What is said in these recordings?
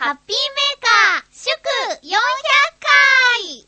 ハッピーメーカー祝400回。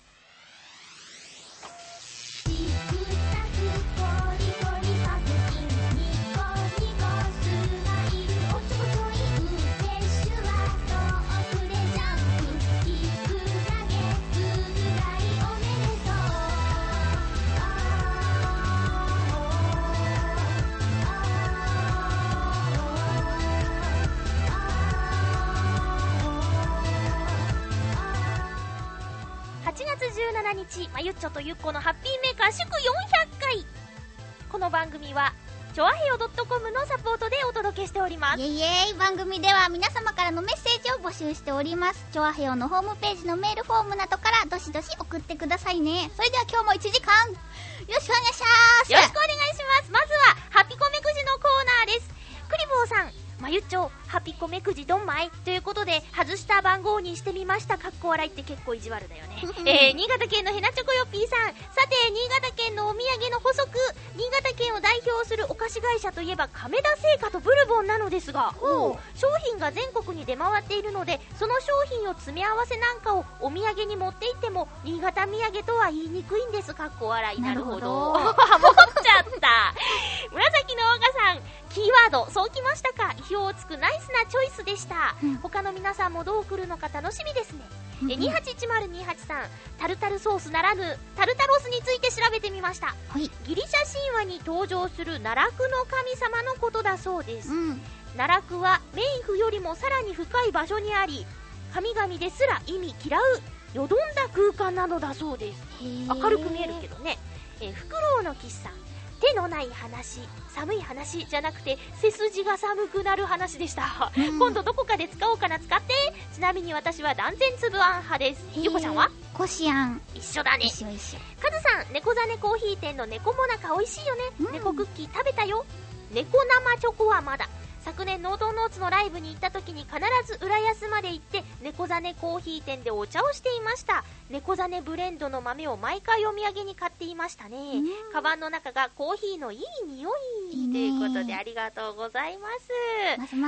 8月17日、まゆっちょとゆっこのハッピーメーカー祝400回。この番組はちょあへよ .com のサポートでお届けしております。 イエイイエイ。番組では皆様からのメッセージを募集しております。ちょあへよのホームページのメールフォームなどからどしどし送ってくださいね。それでは今日も1時間よろしくお願いします。 よろしくお願いします。まずはハピコメくじのコーナーです。クリボーさん、まゆっちょハピコメくじどんまいということで外した番号にしてみました。かっこ笑いって結構意地悪だよね。新潟県のヘナチョコヨッピーさん、さて新潟県のお土産の補足、新潟県を代表するお菓子会社といえば亀田製菓とブルボンなのですが、商品が全国に出回っているのでその商品を詰め合わせなんかをお土産に持って行っても新潟土産とは言いにくいんです。かっこ笑い。なるほど。ハモっちゃった紫のオガさん、キーワードそうきましたか。意表をつくナイスなチョイスでした、他の皆さんもどう来るのか楽しみですね。281028さん、タルタルソースならぬタルタロスについて調べてみました、ギリシャ神話に登場する奈落の神様のことだそうです、奈落は冥府よりもさらに深い場所にあり神々ですら意味嫌うよどんだ空間なのだそうです。明るく見えるけどね。フクロウの岸さん、手のない話、寒い話じゃなくて背筋が寒くなる話でした、今度どこかで使おうかな。使って。ちなみに私は断然粒あん派です。ゆこちゃんは？ こしあん。 一緒だね。 一緒一緒。 カズさん、猫ザネコーヒー店の猫もなか美味しいよね、猫クッキー食べたよ。猫生チョコはまだ。昨年ノートノーツのライブに行った時に必ず浦安まで行って猫ザネコーヒー店でお茶をしていました。猫ザネブレンドの豆を毎回お土産に買っていましたね。カバンの中がコーヒーのいい匂いということでありがとうございます。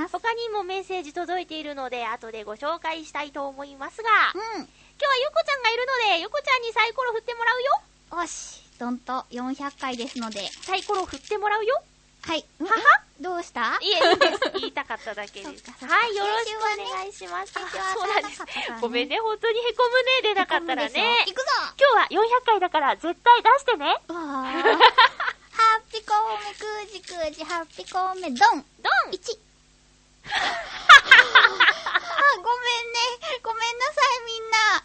他にもメッセージ届いているので後でご紹介したいと思いますが、今日はゆこちゃんがいるのでゆこちゃんにサイコロ振ってもらうよ。 よし、どんと400回ですのでサイコロ振ってもらうよ。はい。ははどうした？ いいです。言いたかっただけです。はい、よろしくお願いします。そうなんです。ごめんね、本当にへこむね、出なかったらね。 行くぞ。 今日は400回だから絶対出してね。 ハッピコーメくじくじ、ハッピコーメドン。ドン 1。ごめんね。ごめんなさい、みんな。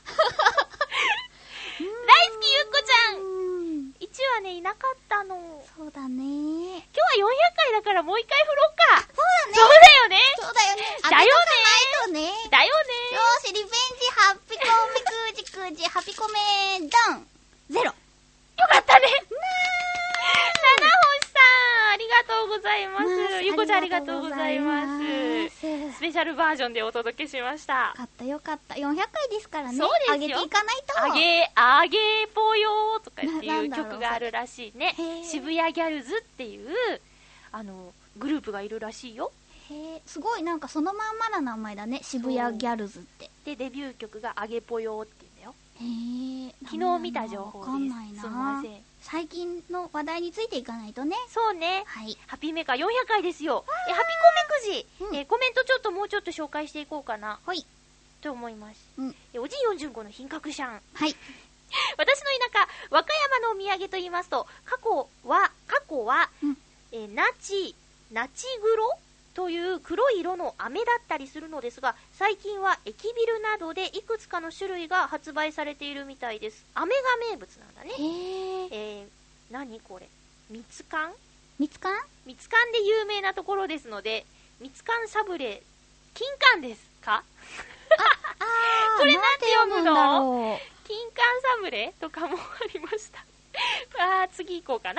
大好きゆっこちゃん。1はね、いなかったの。 そうだね。 今日は400回だからもう一回振ろっか。 そうだね。 そうだよね。 そうだよね。 だよね。 だよね。 よし、リベンジ、ハッピコーメくじくじ、ハピコメドン。0。よかったね。七星さん、ありがとうございます。ゆこちゃんありがとうございます。スペシャルバージョンでお届けしました。 よかった。400回ですからね。 そうですよ。 上げていかないと。 あげぽよーとかっていう曲があるらしいね。渋谷ギャルズっていうグループがいるらしいよ。 すごいなんかそのまんまな名前だね。渋谷ギャルズって。 でデビュー曲があげぽよーって言うんだよ。昨日見た情報です。 わかんないな。すみません。最近の話題についていかないとね。 そうね。 はい。 ハッピーメーカー400回ですよ。ハピコメくじ、コメントもうちょっと紹介していこうかな。 はい。 と思います。おじい45の品格シャン。 はい。 私の田舎、和歌山のお土産と言いますと、過去は、ナチグロという黒い色の飴だったりするのですが、最近は駅ビルなどでいくつかの種類が発売されているみたいです。飴が名物なんだね。何これ、蜜柑で有名なところですので、蜜柑サブレ、金柑ですか？これなんて読むの？金柑サブレとかもありました。次行こうかな。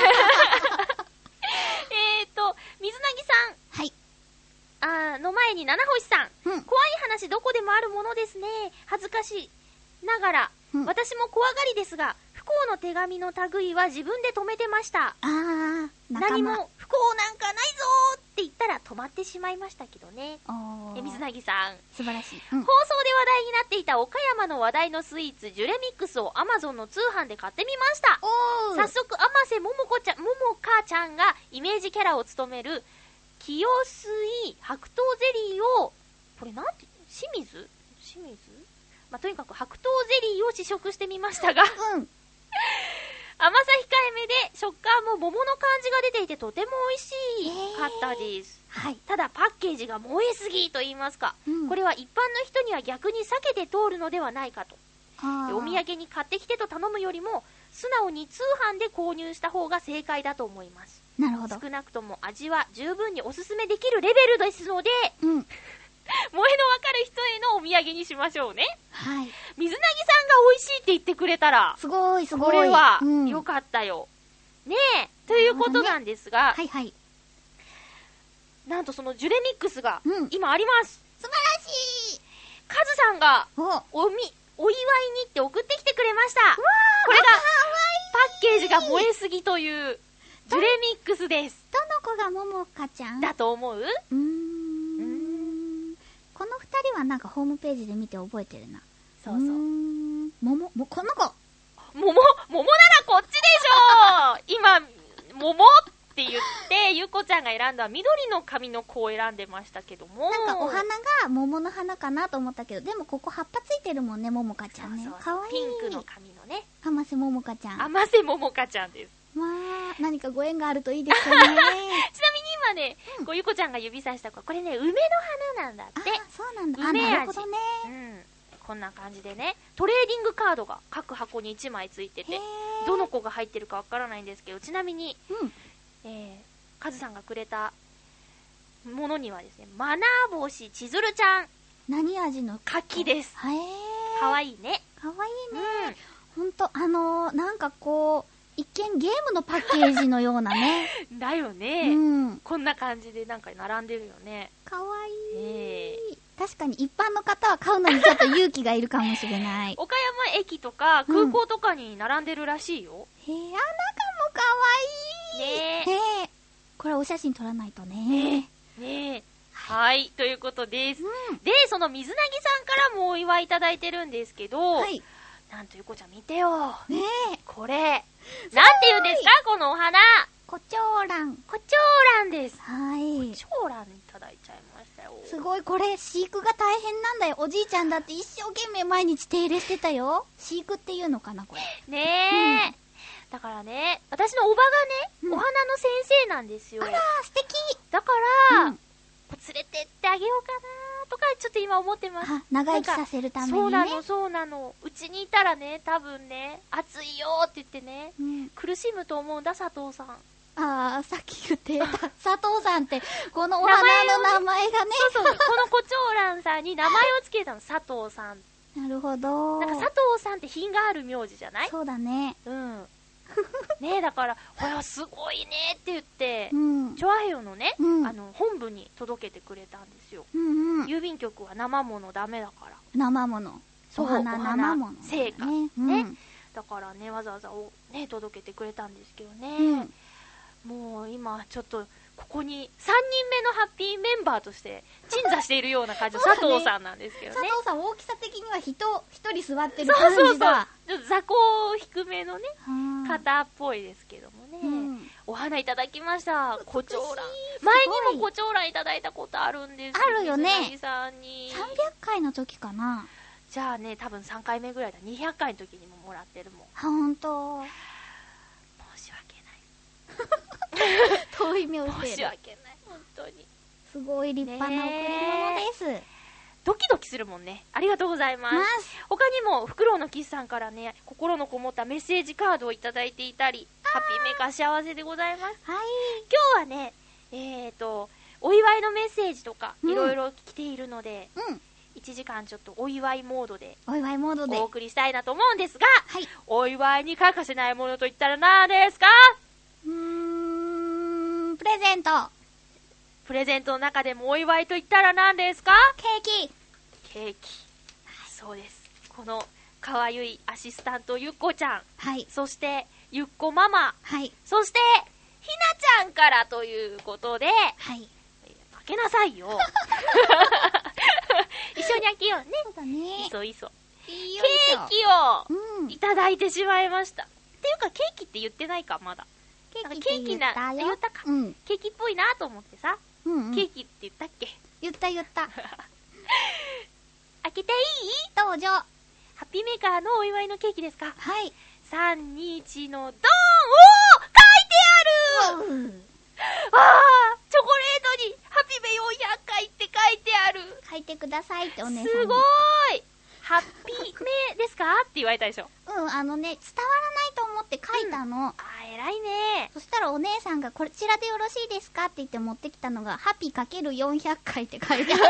水なぎさん。はい。の前に七星さん。怖い話どこでもあるものですね。恥ずかしいながら、私も怖がりですが、不幸の手紙の類は自分で止めてました。何も不幸なんかないぞーってって言ったら止まってしまいましたけどね。水なぎさん、 素晴らしい、 放送で話題になっていた岡山の話題のスイーツジュレミックスを Amazon の通販で買ってみました。早速天瀬ももかちゃんがイメージキャラを務める清水白桃ゼリーを、これなんて清水、とにかく白桃ゼリーを試食してみましたが、甘さ控えめで食感も桃の感じが出ていてとても美味しかったです、ただパッケージが燃えすぎと言いますか、これは一般の人には逆に避けて通るのではないかと。お土産に買ってきてと頼むよりも素直に通販で購入した方が正解だと思います。 なるほど。 少なくとも味は十分におすすめできるレベルですので、萌えのわかる人へのお土産にしましょうね。水なぎさんが美味しいって言ってくれたらすごいこれはよかったよ、ねえということなんですが、なんとそのジュレミックスが今あります。 素晴らしい。 カズさんがお祝いにって送ってきてくれました。これがパッケージが燃えすぎというジュレミックスです。 どの子がももかちゃんだと思う？ この二人はなんかホームページで見て覚えてるな。 そうそう。 この子桃ならこっちでしょ今、桃って言って、ゆこちゃんが選んだ緑の髪の子を選んでましたけども。 なんかお花が桃の花かなと思ったけど、でもここ葉っぱついてるもんね、ももかちゃんね。かわいい。 ピンクの髪のね。 甘瀬ももかちゃん。 甘瀬ももかちゃんです。 何かご縁があるといいですよね。ちなみに今ね、ゆこちゃんが指さした子、これね、梅の花なんだって。 そうなんだ。 梅味。 なるほどね。 こんな感じでね、トレーディングカードが各箱に1枚ついてて、どの子が入ってるかわからないんですけど、ちなみに、カズさんがくれたものにはですね、マナー帽子千鶴ちゃん。 何味の柿です。かわいいね。 かわいいね。ほんと、なんかこう、一見ゲームのパッケージのようなね。 だよね。こんな感じでなんか並んでるよね。 かわいい。確かに一般の方は買うのにちょっと勇気がいるかもしれない。 岡山駅とか空港とかに並んでるらしいよ。 中もかわいい。ね。これお写真撮らないとね。 はい、ということです。で、その水なぎさんからもお祝いいただいてるんですけど、なんとゆこちゃん見てよ。これ、なんて言うんですかこのお花。 コチョウラン。 コチョウランです。コチョウランいただいちゃいましたよ。 すごい、これ飼育が大変なんだよ。おじいちゃんだって一生懸命毎日手入れしてたよ。飼育っていうのかなこれ。 ねえ。だからね、私のおばがね、お花の先生なんですよ。 あら、素敵。 だから、連れてってあげようかなとかちょっと今思ってます。 長生きさせるためにね。 そうなの。うちにいたらね、多分ね、暑いよって言ってね、苦しむと思うんだ、佐藤さん。 さっき言ってた佐藤さんって、このお花の名前がね。 そう、このコチョウランさんに名前をつけたの、佐藤さん。 なるほど。 なんか佐藤さんって品がある名字じゃない？ そうだね。 ねえ、だから、ほら、すごいねって言って、チョアヘヨのね、本部に届けてくれたんですよ。郵便局は生物ダメだから。 生物。お花生物。 成果。ね。だからね、わざわざ届けてくれたんですけどね。もう今、ちょっと、ここに3人目のハッピーメンバーとして鎮座しているような感じの佐藤さんなんですけどね。 佐藤さん大きさ的には一人座ってる感じだ。 ちょっと座高低めのね、方っぽいですけどもね。お花いただきました。コチョウラン。前にもコチョウランいただいたことあるんです。 あるよね。 水さんに 300回の時かな。 じゃあね、多分3回目ぐらいだ。200回の時にももらってるもん。 ほんと。 申し訳ない。 遠い目をしてる。 申し訳ない。本当に。 すごい立派な贈り物です。 ドキドキするもんね。ありがとうございます。他にも、フクロウのキスさんからね、心のこもったメッセージカードをいただいていたり、ハッピーメーカー幸せでございます。今日はね、お祝いのメッセージとか、いろいろ来ているので、1時間ちょっとお祝いモードでお送りしたいなと思うんですが、お祝いに欠かせないものといったら何ですか？ プレゼント。 プレゼントの中でもお祝いといったら何ですか？ケーキ。そうです。このかわゆいアシスタントゆっこちゃん。そしてゆっこママ。そしてひなちゃんからということで、 けなさいよ。一緒に開けようね。 そうだね。 いそいそ。 よケいしょーキをうん。 いただいてしまいました。っていうかケーキって言ってないかまだ。 ケーキケーキなって言ったか。 うん。 ケーキっぽいなと思ってさ、 うんうん。 ケーキって言ったっけ？ 言った。 開けていい？ どうぞ。 ハッピーメーカーのお祝いのケーキですか？ はい。 3、2、1のドーン。おー、書いてある。 うんチョコレートにハピメ400回って書いてある。 書いてくださいってお姉さんに。 すごーい。ハッピーメですかって言われたでしょ。 うん、伝わらないと思って書いたの。 偉いね。 そしたらお姉さんがこちらでよろしいですかって言って持ってきたのが、ハピ×400回って書いてある。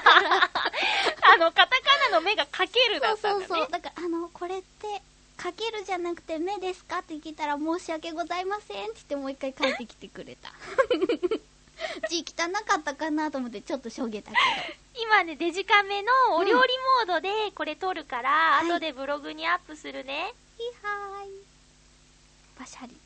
カタカナの目がかけるだったんだね。 そう。だから、これって、かけるじゃなくて目ですかって聞いたら、申し訳ございませんって言ってもう一回書いてきてくれた。字汚かったかなと思ってちょっとしょげたけど。 今ね、デジカメのお料理モードでこれ撮るから、 はい後でブログにアップするね。 はーい。パシャリ。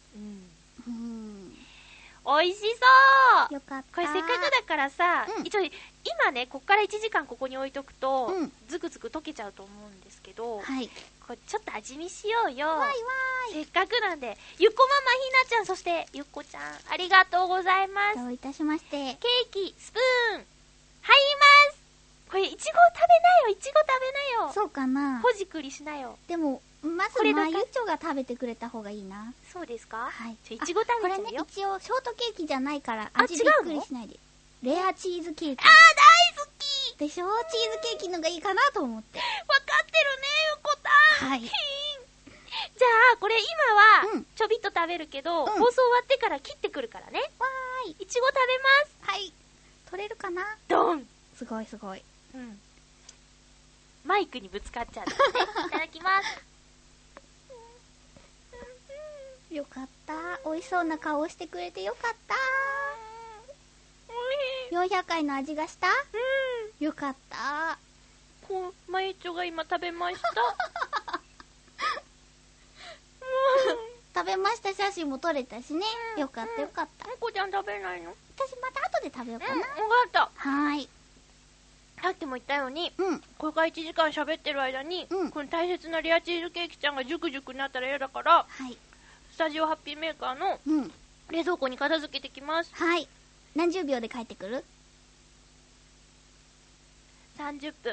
美味しそう。 よかった。 これせっかくだからさ、 うん一応今ね、こっから1時間ここに置いとくと、 うんズクズク溶けちゃうと思うんですけど、 はい。 これちょっと味見しようよ。 わいわせっかくなんで、ゆっこママひなちゃん、そしてゆっこちゃん、ありがとうございまーい。 す。 どういたしまして。 ケーキ、スプーン、入ります。これ、いちご食べなよ、いちご食べなよ。 そうかな。 ほじくりしなよ。 でも、まずこれだけまゆちょが食べてくれた方がいいな。 そうですか？ はい。 いちご食べちゃうよ。 これね、一応、ショートケーキじゃないから、 あ味びっくりしないで。レアチーズケーキ。 大好き。 でしょ？チーズケーキのがいいかなと思って。 わかってるね、ゆっこたん。 はい。 じゃあ、これ今はうん、 ちょびっと食べるけど、 うん放送終わってから切ってくるからね。 わーい。 いちご食べます。 はい。取れるかな？ ドン。 すごいすごい。 うん。マイクにぶつかっちゃったね。いただきます。 よかった。美味しそうな顔してくれてよかった。 おいしい。 400回の味がした？よかった。 まゆちょが今食べました。 食べました写真も撮れたしね。よかったよかった。 まこちゃん食べないの？ 私また後で食べようかな。 わかった。 はーい。 さっきも言ったように、 うん。 これから1時間喋ってる間に、 うんこの大切なレアチーズケーキちゃんがジュクジュクになったら嫌だから、 はい。 スタジオハッピーメーカーのうん。 冷蔵庫に片付けてきます。 はい。何十秒で帰ってくる 30分。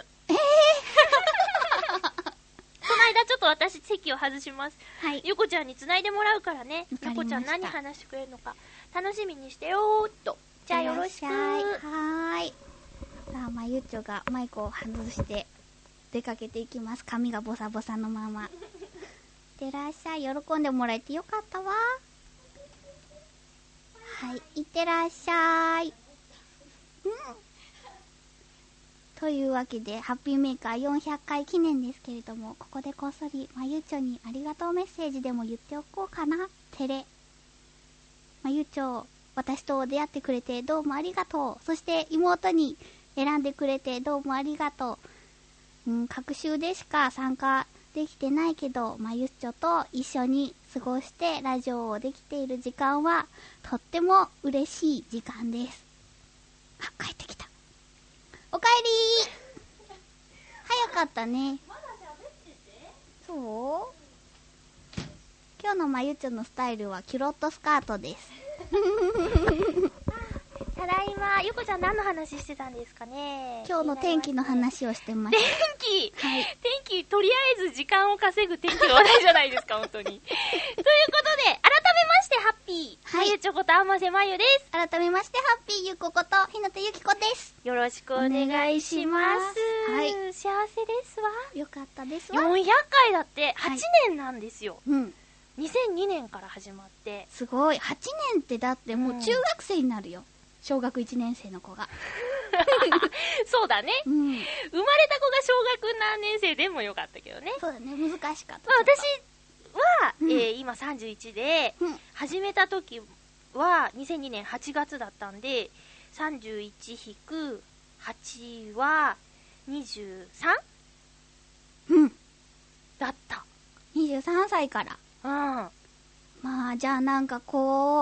この間ちょっと私席を外します。 はい。 ゆこちゃんに繋いでもらうからね。 わかりましたゆこちゃん何話してくれるのか楽しみにしてよーっと。じゃあよろしく。 いらっしゃい。はーい。さあ、まゆっちょがマイクを外して出かけていきます。髪がボサボサのまま。いってらっしゃい。喜んでもらえてよかったわ。はい。いってらっしゃい。というわけで、ハッピーメーカー400回記念ですけれども、ここでこっそりまゆっちょにありがとうメッセージでも言っておこうかな。テレ。まゆっちょ、私と出会ってくれてどうもありがとう。そして妹に選んでくれてどうもありがとう。隔週でしか参加できてないけど、まゆっちょと一緒に過ごしてラジオをできている時間はとっても嬉しい時間です。あ、帰ってきた。おかえりー。早かったね。そう？今日のまゆっちょのスタイルはキュロットスカートです。 ただいま。ゆこちゃん何の話してたんですかね？ 今日の天気の話をしてまし天気、はい、天気、とりあえず時間を稼ぐ天気の話題じゃないですか、本当に。ということで、改めまして、ハッピー。はい。まゆちょことあませまゆです。 改めまして、ハッピーゆここと、ひなたゆきこです。 よろしくお願いします。 はい。 幸せですわ。 よかったですわ。 400回だって8年なんですよ。 うん。 2002年から始まって。 すごい。8年ってだってもう中学生になるよ。小学1年生の子が。 そうだね。 うん。 生まれた子が小学何年生でもよかったけどね。 そうだね。難しかった。 まあ、私は、今31で、始めた時は2002年8月だったんで、31-8は 23？ うん。 だった。 23歳から。 うん。 まあ、じゃあなんかこう、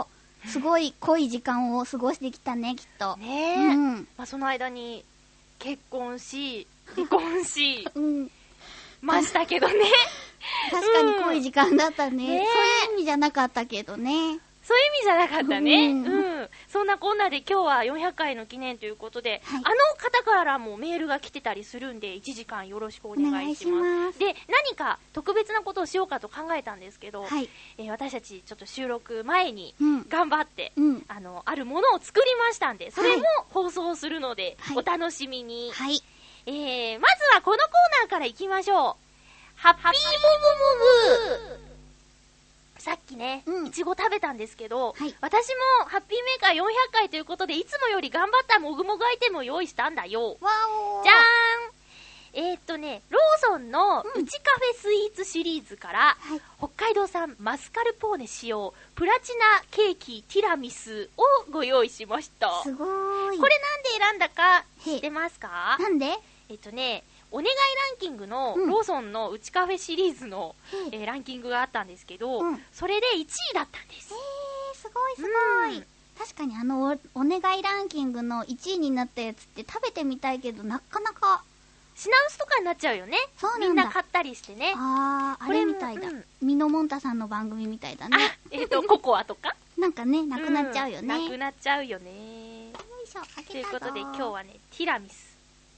すごい濃い時間を過ごしてきたね、きっと。 ねえ、 うん。 まあ、その間に結婚し離婚し、 うん。 ましたけどね。 確かに濃い時間だったね。 ねそういう意味じゃなかったけどね。 そういう意味じゃなかったね。 うんうん。そんなこんなで今日は400回の記念ということで、 はい、 あの方からもメールが来てたりするんで、1時間よろしくお願いします。 お願いします。 で、何か特別なことをしようかと考えたんですけど、 はい、 私たちちょっと収録前にうん頑張って、 うん、 あるものを作りましたんで、それも放送するので、 はい、 お楽しみに。 はい。 まずはこのコーナーからいきましょう。ハッピーモグモグ。さっきね、いちご食べたんですけど、 はい、 私もハッピーメーカー400回ということで、いつもより頑張ったもぐもぐアイテムを用意したんだよ。 わお。 じゃーん。ローソンのうちカフェスイーツシリーズから、 はい、 北海道産マスカルポーネ使用プラチナケーキティラミスをご用意しました。 すごーい。 これなんで選んだか知ってますか？ なんで？ お願いランキングのローソンのうちカフェシリーズの、ランキングがあったんですけど、それで1位だったんです。 すごいすごい。確かにお願いランキングの1位になったやつって食べてみたいけど、なかなか品薄とかになっちゃうよね。 そうなんだ。 みんな買ったりしてね。 あれみたいだ。ミノモンタさんの番組みたいだね。 ココアとかなんかね、なくなっちゃうよね。 なくなっちゃうよね。 よいしょ、開けたぞ。 ということで今日はね、ティラミス。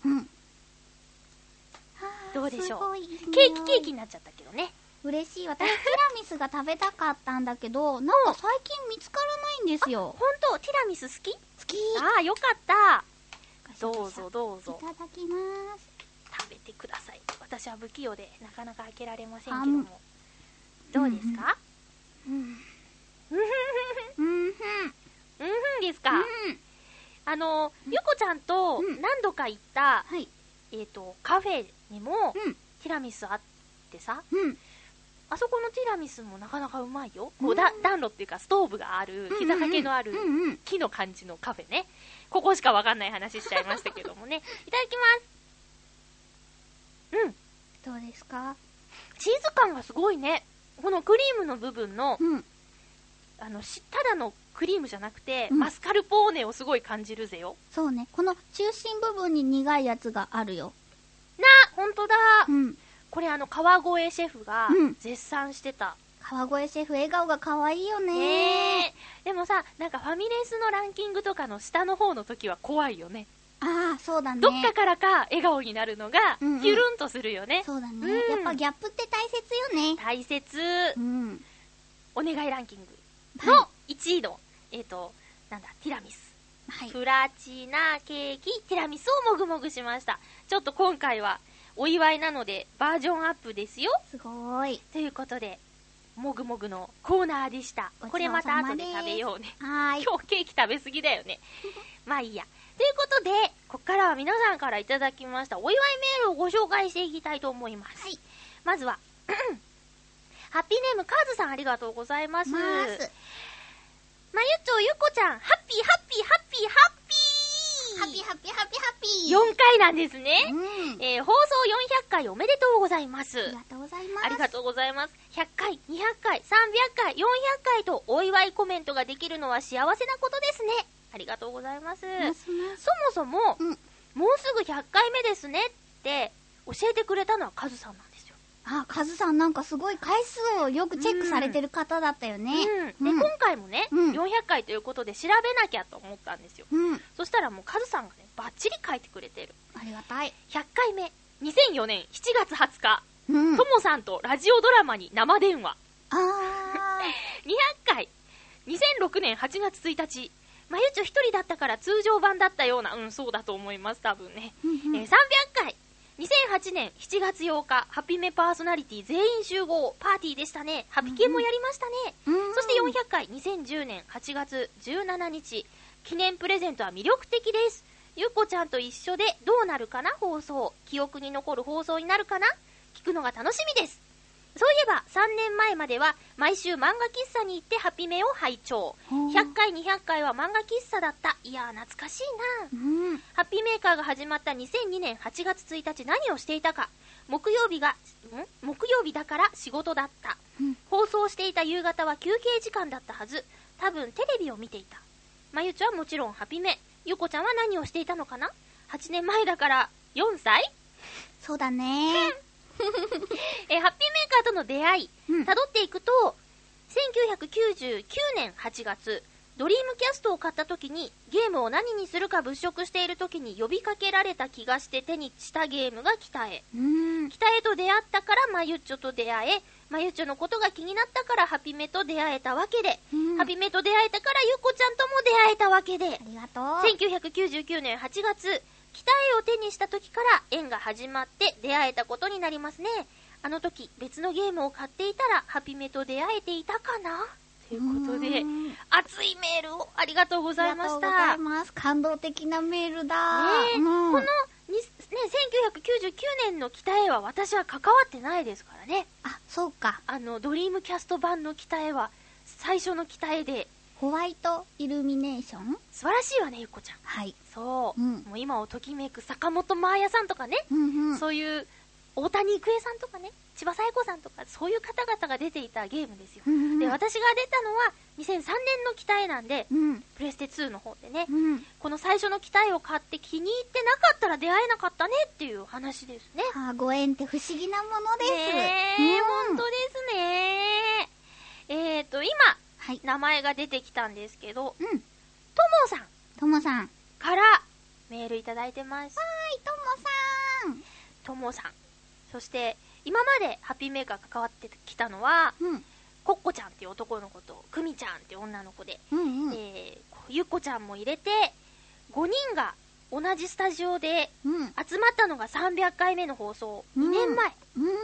どうでしょう。ケーキになっちゃったけどね。 嬉しい。私ティラミスが食べたかったんだけど、なんか最近見つからないんですよ。 ほんと？ティラミス好き？ 好き。 ああ、よかった。どうぞどうぞ。 いただきます。 食べてください。私は不器用でなかなか開けられませんけども。どうですか？うんですか？ゆこちゃんと何度か行った、カフェにもティラミスあってさ、あそこのティラミスもなかなかうまいよ。暖炉っていうかストーブがある、膝掛けのある木の感じのカフェね。ここしかわかんない話しちゃいましたけどもね。いただきます。 どうですか？ チーズ感がすごいね。このクリームの部分の、ただのクリームじゃなくて、マスカルポーネをすごい感じるぜよ。 そうね。この中心部分に苦いやつがあるよ。 ほんとだ。これ川越シェフが絶賛してた。 川越シェフ笑顔が可愛いよね。 でもさ、なんかファミレスのランキングとかの下の方の時は怖いよね。 ああ、そうだね。 どっかからか笑顔になるのが、キュルンとするよね。 そうだね。やっぱギャップって大切よね。 大切。お願いランキングの1位の、ティラミス。プラチナケーキティラミスをもぐもぐしました。ちょっと今回はお祝いなのでバージョンアップですよ。 すごーい。 ということで、もぐもぐのコーナーでした。これまた後で食べようね。今日ケーキ食べすぎだよね。まあいいや。ということで、ここからは皆さんからいただきましたお祝いメールをご紹介していきたいと思います。まずは、ハッピーネームカーズさんありがとうございます。まゆっちょゆこちゃん、ハッピーハッピーハッピーハッピーハッピーハッピーハッピーハッピー 4回なんですね。放送400回おめでとうございます。 ありがとうございます。 ありがとうございます。100回、200回、300回、400回とお祝いコメントができるのは幸せなことですね。ありがとうございます。そもそも、もうすぐ100回目ですねって教えてくれたのはカズさんなんですよ。 カズさんなんかすごい回数をよくチェックされてる方だったよね。 で、今回もね、400回ということで調べなきゃと思ったんですよ。そしたらもうカズさんがね、バッチリ書いてくれてる。 ありがたい。 100回目、2004年7月20日、ともさんとラジオドラマに生電話。200回、2006年8月1日、まゆちょ一人だったから通常版だったような、そうだと思います、多分ね。300回、2008年7月8日、ハピメパーソナリティ全員集合、パーティーでしたね。ハピケンもやりましたね。そして400回、2010年8月17日、記念プレゼントは魅力的です。ゆっこちゃんと一緒でどうなるかな放送。記憶に残る放送になるかな聞くのが楽しみです。そういえば3年前までは毎週漫画喫茶に行ってハピメを拝聴。100回200回は漫画喫茶だった。いやー懐かしいな。ハッピーメーカーが始まった2002年8月1日何をしていたか。木曜日だから仕事だった。放送していた夕方は休憩時間だったはず。 多分テレビを見ていた。まゆちょはもちろんハピメ。ゆこちゃんは何をしていたのかな？ 8 年前だから4歳？ そうだね。 ハッピーメーカーとの出会い、 うん辿っていくと、1999年8月、ドリームキャストを買った時に、ゲームを何にするか物色している時に呼びかけられた気がして手にしたゲームが北へ。北へと出会ったからまゆっちょと出会え、まゆっちょのことが気になったからハピメと出会えたわけで、ハピメと出会えたからゆこちゃんとも出会えたわけで、 ありがとう。 1999年8月、北へを手にした時から縁が始まって出会えたことになりますね。あの時別のゲームを買っていたらハピメと出会えていたかなということで、熱いメールをありがとうございました。 ありがとうございます。感動的なメールだ。 ねえ、この1999年の北へは私は関わってないですからね。 あ、そうか。 ドリームキャスト版の北へは最初の北へで、 ホワイトイルミネーション？ 素晴らしいわね、ゆっこちゃん。 はい。 そう、 うんもう今をときめく坂本真綾さんとかね、そういう大谷育恵さんとかね、千葉紗恵子さんとか、そういう方々が出ていたゲームですよ。で、私が出たのは2003年の北へなんで、プレステ2の方でね、この最初の北へを買って気に入ってなかったら出会えなかったねっていう話ですね。 ご縁って不思議なものです。 本当ですね。今、 はい、 名前が出てきたんですけど、ともさん。 ともさんからメールいただいてます。ともさん。そして、今までハッピーメーカー関わってきたのは、コッコちゃんっていう男の子と、クミちゃんっていう女の子で、ゆっこちゃんも入れて、5人が同じスタジオで集まったのが300回目の放送、2年前。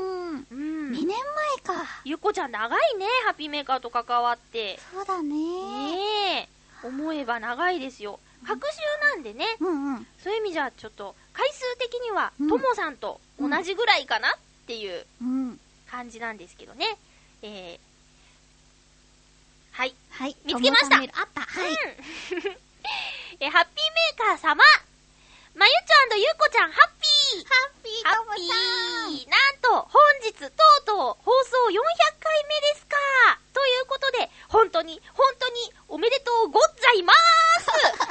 2年前か。 ゆっこちゃん長いね、ハッピーメーカーと関わって。 そうだね。 ねえ、思えば長いですよ。隔週なんでね、そういう意味じゃちょっと回数的にはともさんと同じぐらいかなっていう感じなんですけどね。はい、見つけました。 あった。 ハッピーメーカー様、まゆちょ&ゆうこちゃん、ハッピーともさん。 なんと本日とうとう放送400回目ですか。ということで本当におめでとうございます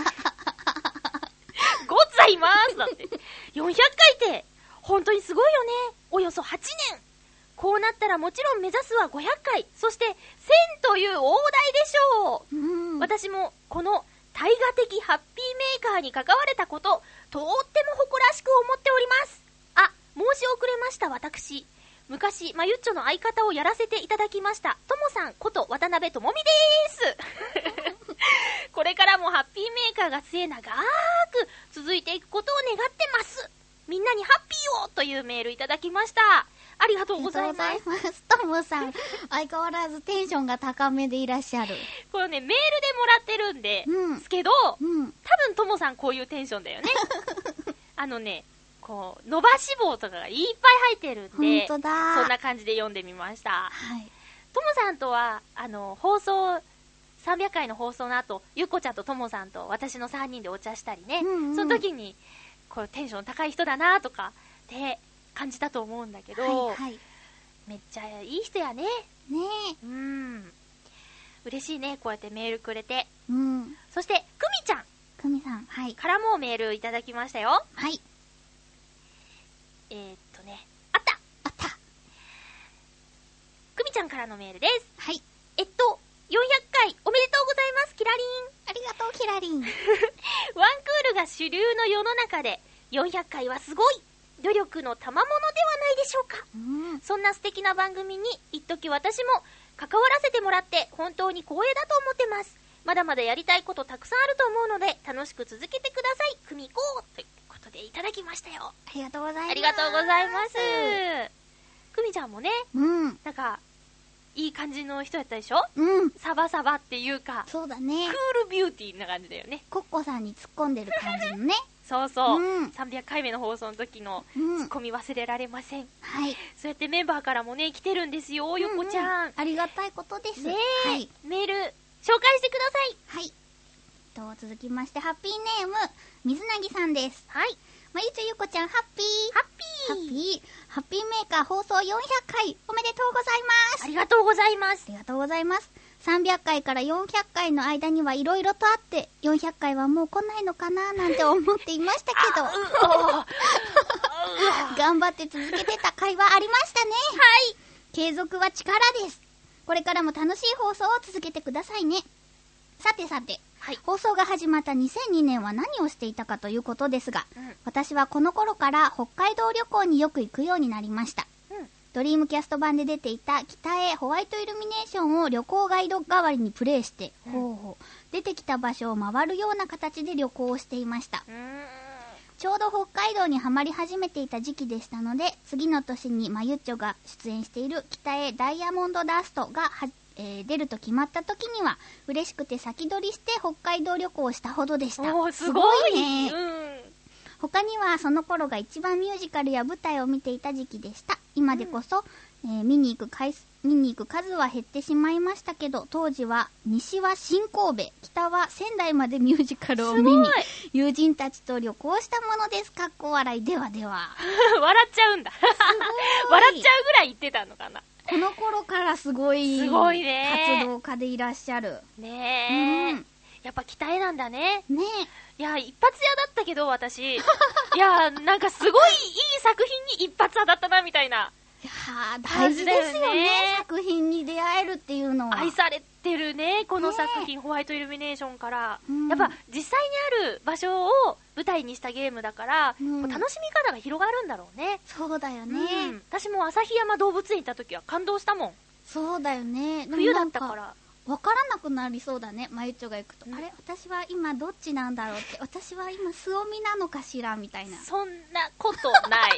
ございますだって400回って本当にすごいよね。およそ8年。こうなったらもちろん目指すは500回、そして1000という大台でしょう。私もこの大河的ハッピーメーカーに関われたこと、とっても誇らしく思っております。あ、申し遅れました。私昔まゆっちょの相方をやらせていただきましたともさんこと渡辺智美ですこれからもハッピーメーカーが末永く続いていくことを願ってます。みんなにハッピーをというメールいただきました。ありがとうございます。 ともさん、相変わらずテンションが高めでいらっしゃる。 これね、メールでもらってるんで、すけど、多分ともさんこういうテンションだよね。こう、伸ばし棒とかがいっぱい入ってるんで、 本当だ。 そんな感じで読んでみました。 はい。 ともさんとは、放送、300回の放送の後、ゆっこちゃんとともさんと私の3人でお茶したりね、その時に、こう、テンション高い人だなとか、で、感じたと思うんだけど、めっちゃいい人やね。嬉しいね、こうやってメールくれて。そして、くみちゃん。 くみさん、 からもメールいただきましたよ。あった。くみちゃんからのメールです。400回おめでとうございます、キラリン。 ありがとう、キラリン。 ワンクールが主流の世の中で、400回はすごい。努力の賜物ではないでしょうか。そんな素敵な番組に一時私も関わらせてもらって本当に光栄だと思ってます。まだまだやりたいことたくさんあると思うので楽しく続けてください。くみこということでいただきましたよ。 ありがとうございます。 ありがとうございます。くみちゃんもね、なんかいい感じの人やったでしょ。サバサバっていうか、 そうだね。 クールビューティーな感じだよね。 コッコさんに突っ込んでる感じのね。 そうそう、300回目の放送の時のツッコミ忘れられません。そうやってメンバーからもね来てるんですよ、ゆっこちゃん。 ありがたいことですね。メール紹介してください。 続きましてハッピーネーム水なぎさんです。まゆちょゆっこちゃん、ハッピーメーカー放送400回おめでとうございます。 ありがとうございます。 ありがとうございます。 300回から400回の間にはいろいろとあって、400回はもう来ないのかななんて思っていましたけど、頑張って続けてた回はありましたね。 はい。 継続は力です。これからも楽しい放送を続けてくださいね。さてさて、 はい、 放送が始まった2002年は何をしていたかということですが、私はこの頃から北海道旅行によく行くようになりました。ドリームキャスト版で出ていた北へホワイトイルミネーションを旅行ガイド代わりにプレイして、出てきた場所を回るような形で旅行をしていました。ちょうど北海道にハマり始めていた時期でしたので、次の年にまゆっちょが出演している北へダイヤモンドダストが出ると決まった時には嬉しくて先取りして北海道旅行をしたほどでした。 すごいね。他にはその頃が一番ミュージカルや舞台を見ていた時期でした。今でこそ、見に行く数は減ってしまいましたけど、当時は西は新神戸、北は仙台までミュージカルを見に友人たちと旅行したものです。かっこ笑い。ではでは笑っちゃうんだ笑っちゃうぐらい言ってたのかな。 この頃からすごいね、 活動家でいらっしゃるねえ、やっぱ北へなんだね。 ねえ、いや一発屋だったけど私いやなんかすごいいい作品に一発当たったなみたいな。 いや大事ですよね、作品に出会えるっていうのは。 愛されてるねこの作品、ホワイトイルミネーションから、やっぱ実際にある場所を舞台にしたゲームだから、楽しみ方が広がるんだろうね。 そうだよね、 私も旭山動物園行った時は感動したもん。 そうだよね。 冬だったからわからなくなりそうだね、まゆっちょが行くと、あれ私は今どっちなんだろうって、私は今スオミなのかしらみたいな。 そんなことない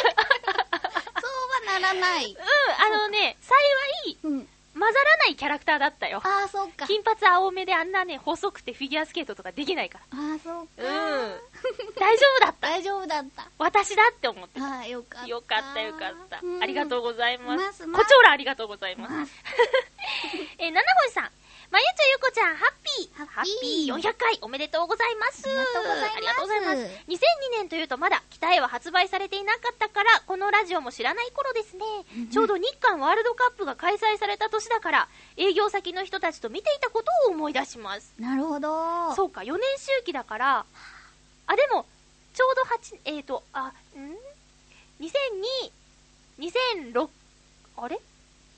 そうはならない。 幸い、混ざらないキャラクターだったよ。 ああ、そうか。 金髪青目であんなね、細くてフィギュアスケートとかできないから。 ああ、そうか。 大丈夫だった。 大丈夫だった。 私だって思って。 ああ、よかった。 よかった、よかった。ありがとうございます。 コチョウラありがとうございます。七星さん。まゆちょゆこちゃん、ハッピー400回おめでとうございます。 ありがとうございます。 ありがとうございます。2002年というとまだ北へは発売されていなかったから、このラジオも知らない頃ですね。ちょうど日韓ワールドカップが開催された年だから、営業先の人たちと見ていたことを思い出します。 なるほど。 そうか、4年周期だから、でも、ちょうど2002、あれ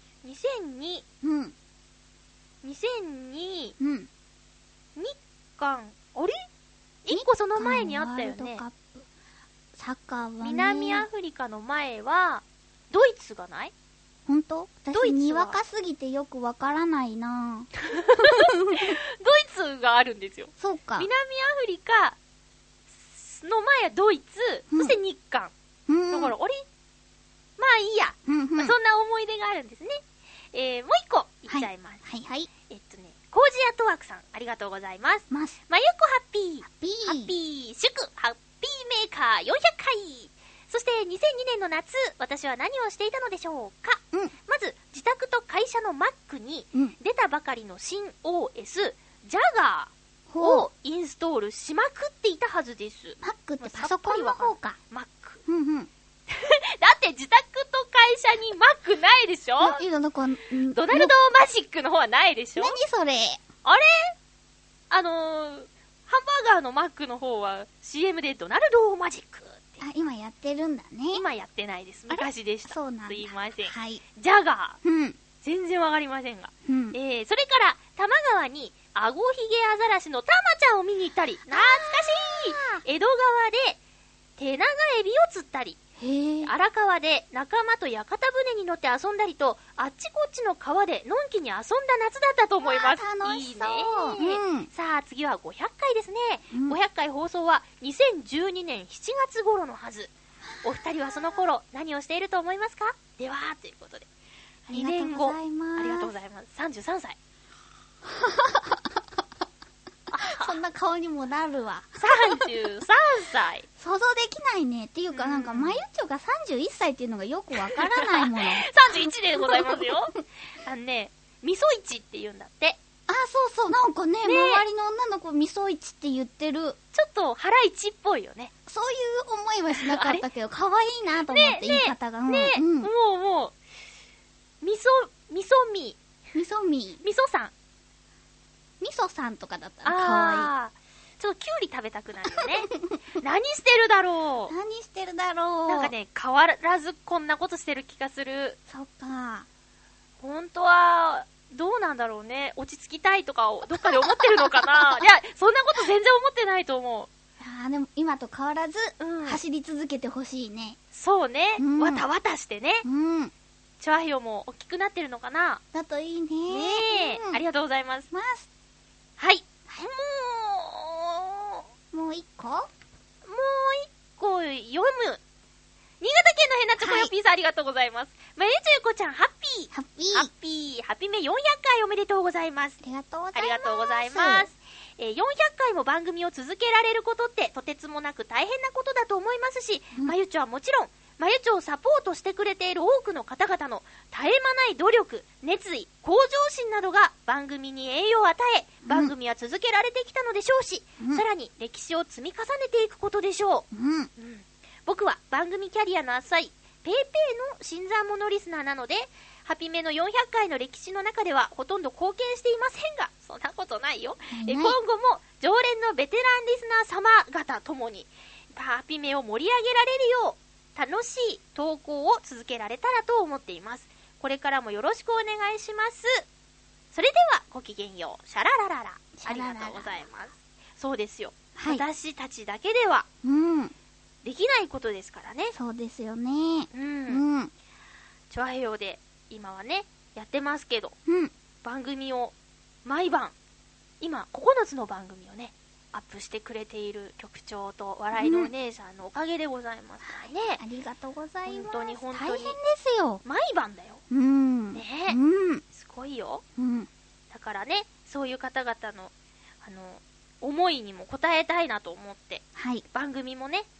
?2002、2002、日韓、あれ ?1 個その前にあったよね。 サッカーはね。 南アフリカの前は、ドイツがない？ ほんと？私にわかすぎてよくわからないなドイツがあるんですよ。 そうか。 南アフリカの前はドイツ、そして日韓。だから、あれまあいいや。そんな思い出があるんですね。もう一個いっちゃいます。 はいはい。 コージアットワークさん、ありがとうございます。まゆこハッピー祝ハッピーメーカー400回。そして2002年の夏、私は何をしていたのでしょうか。まず、自宅と会社の Mac に出たばかりの新 OS、Jagger をインストールしまくっていたはずです。 Mac ってパソコンの方か。 Mac。だって自宅と会社に Mac ないでしょ？ドナルドマジックの方はないでしょ？ 何それ？ あれ？ハンバーガーの Mac の方は CM でドナルドマジックって。 今やってるんだね。 今やってないです。昔でした。 そうなんだ。 すいません。 はい。 ジャガー。全然わかりませんが。それから多摩川にアゴヒゲアザラシのタマちゃんを見に行ったり、懐かしい。江戸川で手長エビを釣ったり、荒川で仲間と屋形船に乗って遊んだりと、あっちこっちの川でのんきに遊んだ夏だったと思います。 楽しそう。 いいね。さあ次は500回ですね。500回放送は2012年7月頃のはず。お二人はその頃何をしていると思いますか？ではということで、2年後、ありがとうございます。33歳。 そんな顔にもなるわ。 33歳。 想像できないね。っていうかなんか、まゆちょが31歳っていうのがよくわからないもの。 31でございますよ。みそいちって言うんだって。 そうそう。なんかね、周りの女の子みそいちって言ってる。 ちょっと腹いちっぽいよね。 そういう思いはしなかったけど、可愛いなと思って言い方が。 もう、みそみ。 みそみ。 みそさん。 みそさんとかだったらかわちょっとキュウリ食べたくなるよね。何してるだろいい。何してるだろう。 なんかね、変わらずこんなことしてる気がする。 そっか。 本当は、どうなんだろうね。落ち着きたいとかをどっかで思ってるのかな。いや、そんなこと全然思ってないと思でも今と変わらず、 うん走り続けてほしいね。 う。そうね。 うんわたわたしてね。 うん。 チョアヘヨも大きくなってるのかな。 だといいね。 ねえ、ありがとうございます。はい。 もう一個もう一個読む。新潟県のヘナチョコヨッピーさん、ありがとうございます。まゆちゅうこちゃん、ハッピー。 ハッピー。 ハッピーめ400回おめでとうございます。 ありがとうございます。 ありがとうございます。400回も番組を続けられることってとてつもなく大変なことだと思いますし、まゆちょはもちろん、まゆちょをサポートしてくれている多くの方々の絶え間ない努力、熱意、向上心などが番組に栄養を与え、番組は続けられてきたのでしょうし、さらに歴史を積み重ねていくことでしょう。僕は番組キャリアの浅いペーペーの新参者リスナーなので、ハピメの400回の歴史の中ではほとんど貢献していませんが、そんなことないよ。今後も常連のベテランリスナー様方ともにハピメを盛り上げられるよう楽しい投稿を続けられたらと思っています。これからもよろしくお願いします。それではごきげんよう。シャララララ。ありがとうございます。そうですよ、はい、私たちだけではできないことですからね。 そうですよね。 チョアヘヨで今はねやってますけど、番組を毎晩今9つの番組をねアップしてくれている局長と笑いのお姉さんのおかげでございますからね、 ありがとうございます。 本当に大変ですよ。 毎晩だよ。ねえ、すごいよ。だからね、そういう方々の思いにも応えたいなと思って、番組もね、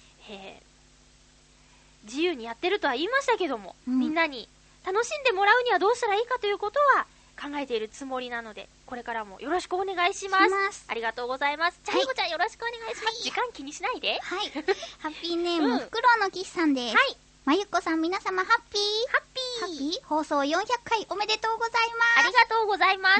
自由にやってるとは言いましたけども、みんなに楽しんでもらうにはどうしたらいいかということは考えているつもりなので、これからもよろしくお願いします。ありがとうございます。チャイコちゃんよろしくお願いします。時間気にしないで。 ハッピーネーム、フクロウのキスさんです。まゆっこさん、皆様ハッピー放送400回おめでとうございます。 ありがとうございます。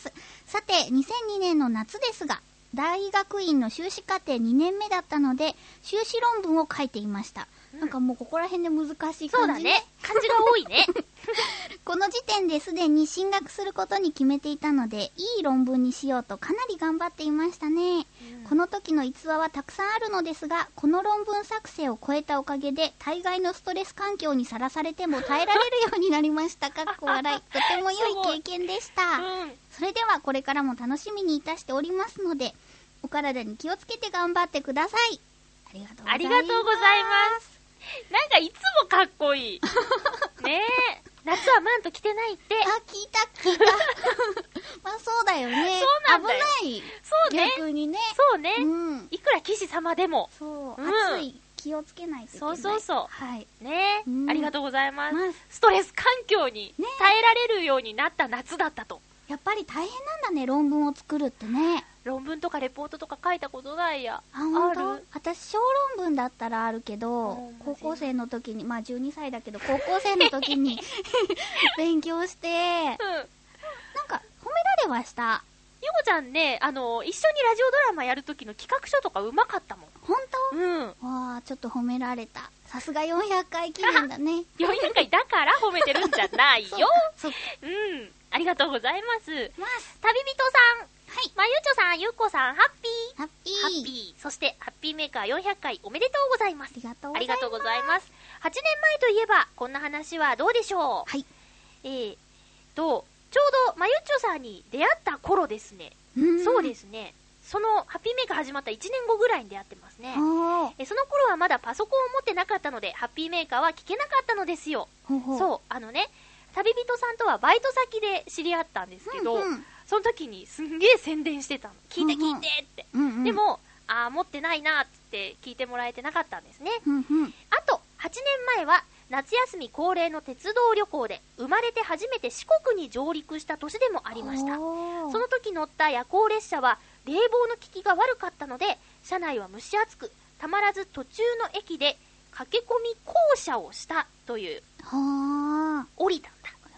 さて、2002年の夏ですが、大学院の修士課程2年目だったので、修士論文を書いていました。なんかもうここら辺で難しい感じね。 そうだね。漢字が多いね。 この時点ですでに進学することに決めていたので、いい論文にしようとかなり頑張っていましたね。この時の逸話はたくさんあるのですが、この論文作成を超えたおかげで、大概のストレス環境にさらされても耐えられるようになりました。かっこ笑い。とても良い経験でした。それではこれからも楽しみにいたしておりますので、お体に気をつけて頑張ってください。ありがとうございます。 ありがとうございます。なんかいつもかっこいい。ねえ。夏はマント着てないって。 聞いた。まあそうだよね。 そうなんだよ。 危ない。 そうね。 逆にね。 そうね。いくら騎士様でも。 そう。暑い。気をつけないといけない。 そう。ねえ。ありがとうございます。ストレス環境に耐えられるようになった夏だったと。 やっぱり大変なんだね、論文を作るってね。 論文とかレポートとか書いたことないや。 ある？私小論文だったらあるけど、高校生の時に、まあ12歳だけど高校生の時に勉強して、なんか褒められはした。 ゆこちゃんね、一緒にラジオドラマやる時の企画書とかうまかったもん。 本当？わあ、ちょっと褒められた。さすが400回記念だね。 400回だから褒めてるんじゃないよ。ありがとうございます。旅人さん。まゆちょさん、ゆっこさん、ハッピー。そして、ハッピーメーカー400回おめでとうございます。ありがとうございます。8年前といえば、こんな話はどうでしょう？ちょうど、まゆちょさんに出会った頃ですね。そうですね。その、ハッピーメーカー始まった1年後ぐらいに出会ってますね。その頃はまだパソコンを持ってなかったので、ハッピーメーカーは聞けなかったのですよ。そう、旅人さんとはバイト先で知り合ったんですけど、その時にすんげえ宣伝してたの。聞いてって。でも、持ってないなって聞いてもらえてなかったんですね。あと、8年前は、夏休み恒例の鉄道旅行で、生まれて初めて四国に上陸した年でもありました。その時乗った夜行列車は、冷房の効きが悪かったので、車内は蒸し暑く、たまらず途中の駅で、駆け込み降車をしたという。降りたんだ。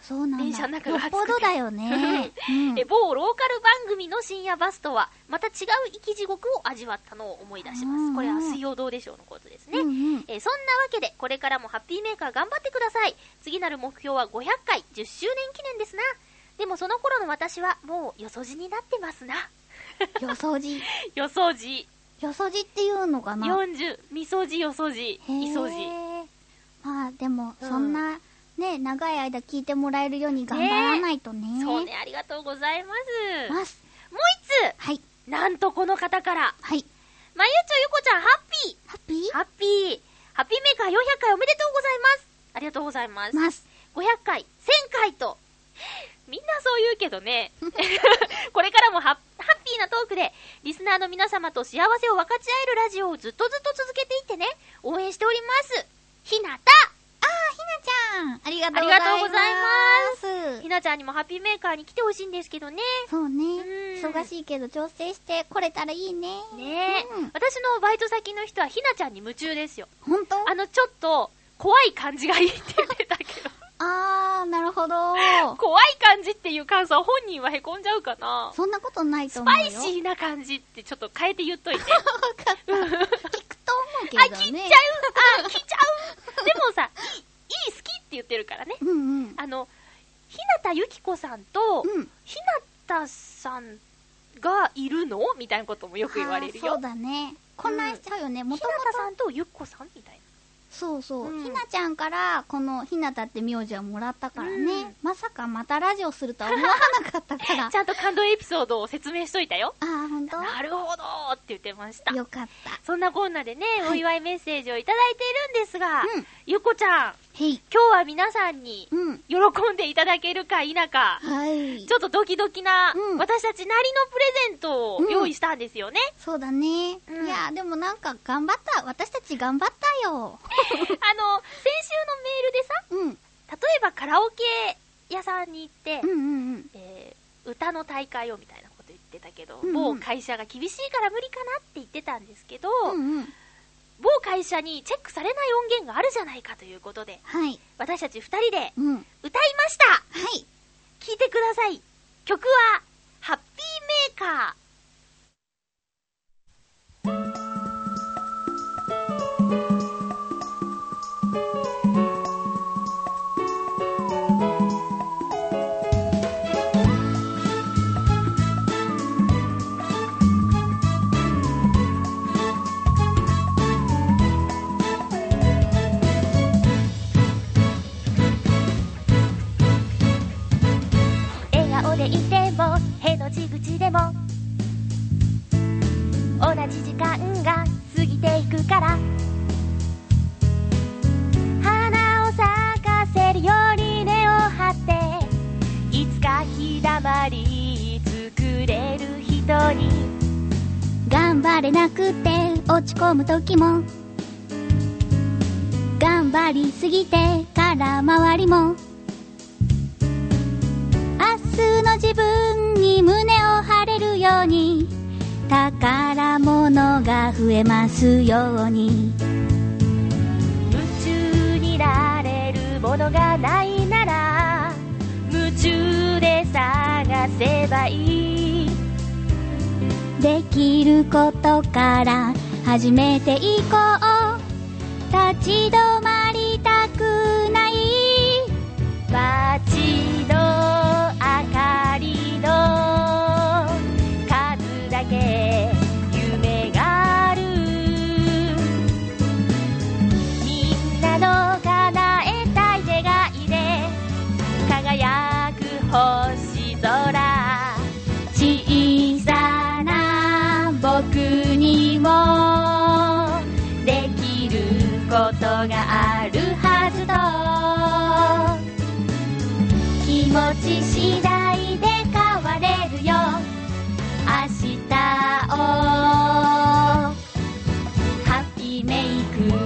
そうなんだ。 電車の中が暑くて。 よっぽどだよね。 某ローカル番組の深夜バスとは、また違う生き地獄を味わったのを思い出します。これは水曜どうでしょうのことですね。そんなわけで、これからもハッピーメーカー頑張ってください。次なる目標は500回、10周年記念ですな。でもその頃の私は、もうよそじになってますな。 よそじ。 よそじ。 よそじっていうのかな。 40、みそじ、よそじ、いそじ。 まあでも、そんな、ね、長い間聞いてもらえるように頑張らないとね。 そうね、ありがとうございます。もう一つ。 はい。 なんとこの方から。 はい。 まゆちょゆこちゃん、ハッピー。 ハッピーハッピー。ハッピーメーカー400回おめでとうございます。ありがとうございます。500回、1000回と。みんなそう言うけどね。これからもハッピーなトークで、リスナーの皆様と幸せを分かち合えるラジオをずっと続けていってね。応援しております。ひなた。 ひなちゃん、ありがとうございます。 ひなちゃんにもハッピーメーカーに来てほしいんですけどね。 そうね。忙しいけど調整して来れたらいいね。 ねえ、私のバイト先の人はひなちゃんに夢中ですよ。 ほんと？ ちょっと怖い感じがいいって言ってたけど。 なるほど。 怖い感じっていう感想、本人はへこんじゃうかな。 そんなことないと思うよ。 スパイシーな感じってちょっと変えて言っといて。 聞くと思うけどね。 聞いちゃう。でもさ、好きって言ってるからね。ひなたゆきこさんと、ひなたさんがいるのみたいなこともよく言われるよ。 そうだね。混乱しちゃうよね。 ひなたさんとゆっこさんみたいな。 そうそう。ひなちゃんからこのひなたって名字はもらったからね。まさかまたラジオするとは思わなかったから。 ちゃんと感動エピソードを説明しといたよ。 ほんと？ なるほどって言ってました。 よかった。 そんなこんなでね、お祝いメッセージをいただいているんですが、ゆっこちゃん、今日は皆さんに喜んでいただけるか否か、ちょっとドキドキな、私たちなりのプレゼントを用意したんですよね。 そうだね。いや、でもなんか頑張った。私たち頑張ったよ。 先週のメールでさ、例えばカラオケ屋さんに行って、歌の大会をみたいなこと言ってたけど、某会社が厳しいから無理かなって言ってたんですけど、某会社にチェックされない音源があるじゃないかということで、私たち2人で歌いました。聴いてください。曲はハッピーメーカー。いてもへの字口でも同じ時間が過ぎていくから、花を咲かせるように根を張っていつか日だまり作れる人に、頑張れなくて落ち込む時も頑張りすぎてから周りも明日の自分に胸を張れるように、宝物が増えますように。夢中になれるものがないなら夢中で探せばいい。できることから始めていこう。立ち止まりたくない。街の明かりの数だけ夢がある。みんなの叶えたい願いで輝く星空。小さな僕にもできることがあるはずと、気持ち次第で変われるよ明日を。ハッピーメイク。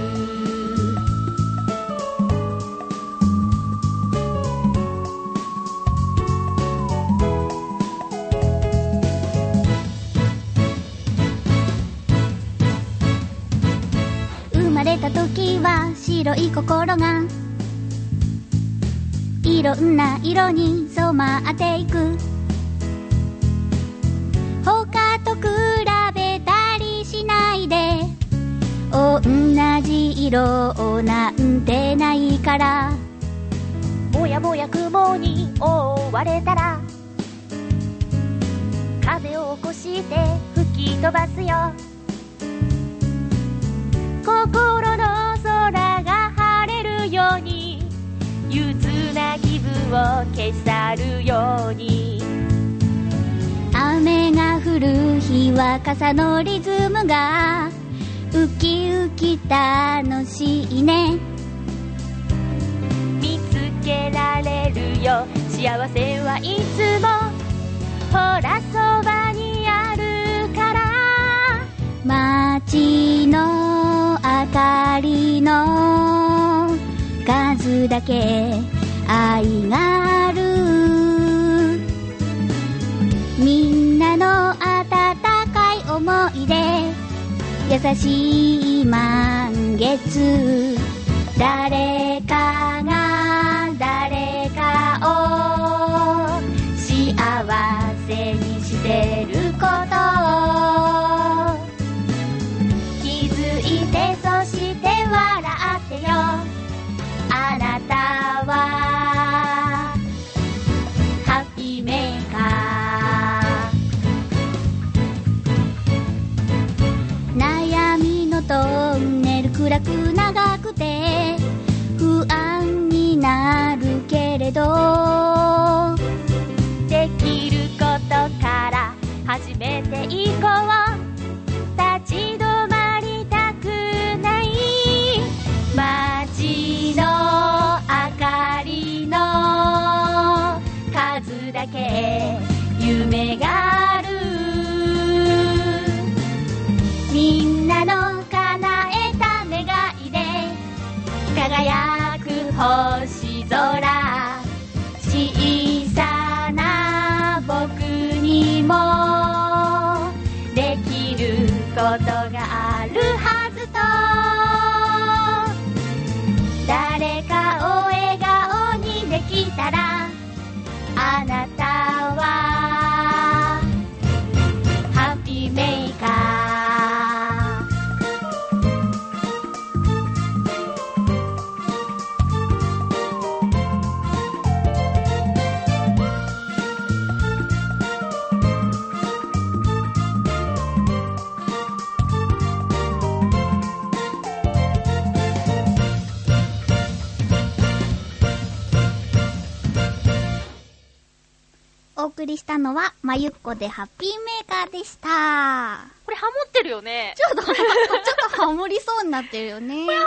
生まれた時は白い心がいろんな色に染まっていく。他と比べたりしないで、同じ色なんてないから。 もやもや雲に覆われたら風を起こして吹き飛ばすよ。心の空が晴れるように、憂鬱な気分を消さるように。 雨が降る日は傘のリズムがウキウキ楽しいね。 見つけられるよ幸せはいつも、ほらそばにあるから。 街の明かりの数だけ愛がある。みんなの温かい思い出、優しい満月。誰かが誰かを幸せにしてることを気づいて、そして笑ってよ。あなたはハッピーメーカー。悩みのトンネル暗く長くて不安になるけれど、 できることから始めていこう。立ち止まりたくない。街の明かりの数だけ夢がある。みんなの叶えた願いで輝く星空。小さな僕にもできることがあるはずと、誰かを笑顔にできたら、あなたはハッピーメーカー。 お送りしたのはまゆっこでハッピーメーカーでした。 これハモってるよね。 ちょっとハモりそうになってるよね。 これハモ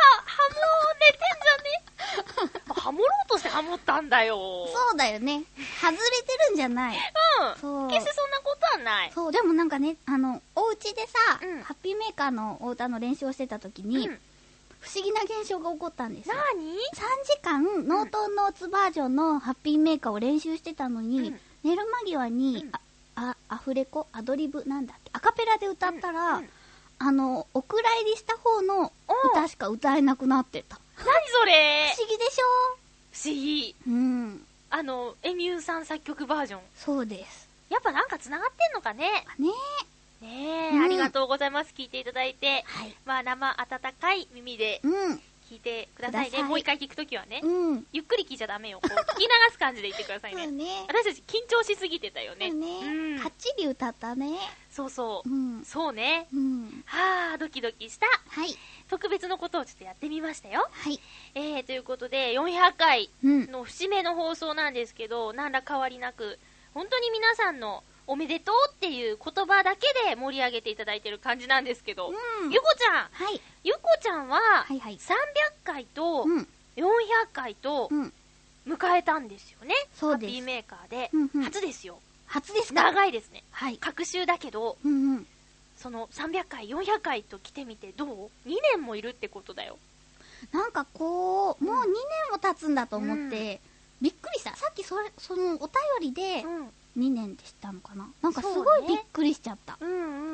寝てんじゃね。ハモろうとしてハモったんだよ。 そうだよね。外れてるんじゃない。そう。 決してそんなことはない。 そう、でもなんかね、お家でさ、 ハッピーメーカーのお歌の練習をしてた時に、不思議な現象が起こったんですよ。 何 ?3 時間、ノートンノーツバージョンのハッピーメーカーを練習してたのに、寝る間際に、アフレコアドリブなんだっけアカペラで歌ったら、お蔵入りした方の歌しか歌えなくなってた。 何それ。 不思議でしょ。 不思議。エミューさん作曲バージョン。 そうです。 やっぱなんか繋がってんのかね。ねえ、ありがとうございます。聞いていただいて。はい。まあ生温かい耳で聞いてくださいね。もう一回聞くときはね。ゆっくり聞いちゃダメよ。こう聞き流す感じで言ってくださいね。そうね。私たち緊張しすぎてたよね。そうね。かっちり歌ったね。 そうそう。そうね。はぁ、ドキドキした。 はい。 特別のことをちょっとやってみましたよ。 はい。 ということで、400回の節目の放送なんですけど、何ら変わりなく、本当に皆さんのおめでとうっていう言葉だけで盛り上げていただいてる感じなんですけど、ゆこちゃん、 はい、 ゆこちゃんは、300回と400回と迎えたんですよね。 そうです。 ハッピーメーカーで、初ですよ。 初ですか。 長いですね。 はい。 隔週だけど、その300回、400回と来てみてどう ?2 年もいるってことだよ。 なんかこう、もう2年も経つんだと思って、びっくりした。さっきそのお便りで、2年でしたのかな。なんかすごいびっくりしちゃった。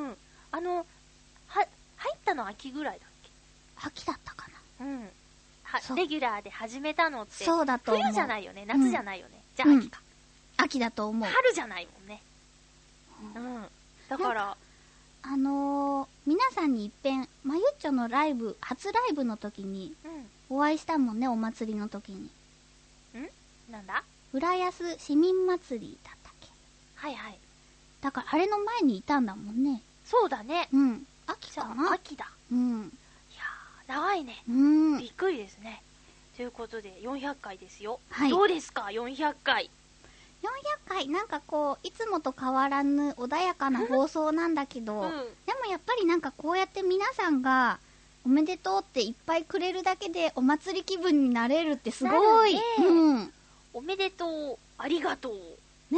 入ったの秋ぐらいだっけ。 秋だったかな。 レギュラーで始めたのって、 そうだと思う。 冬じゃないよね、夏じゃないよね。じゃあ秋か。 秋だと思う。 春じゃないもんね。だから、 皆さんに一遍、まゆっちょのライブ、初ライブの時に、お会いしたもんね、お祭りの時に。 なんだ？ 浦安市民祭りだったっけ？ はいはい。 だからあれの前にいたんだもんね。 そうだね。 秋かな？ 秋だ。いやー、長いね。びっくりですね。ということで、400回ですよ。どうですか、400回。 400回、なんかこう、いつもと変わらぬ穏やかな放送なんだけど、でもやっぱりなんかこうやって皆さんが、おめでとうっていっぱいくれるだけでお祭り気分になれるってすごい。 おめでとう、ありがとう。 ね。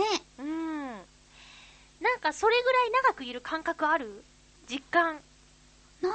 なんかそれぐらい長くいる感覚ある？実感。 ない。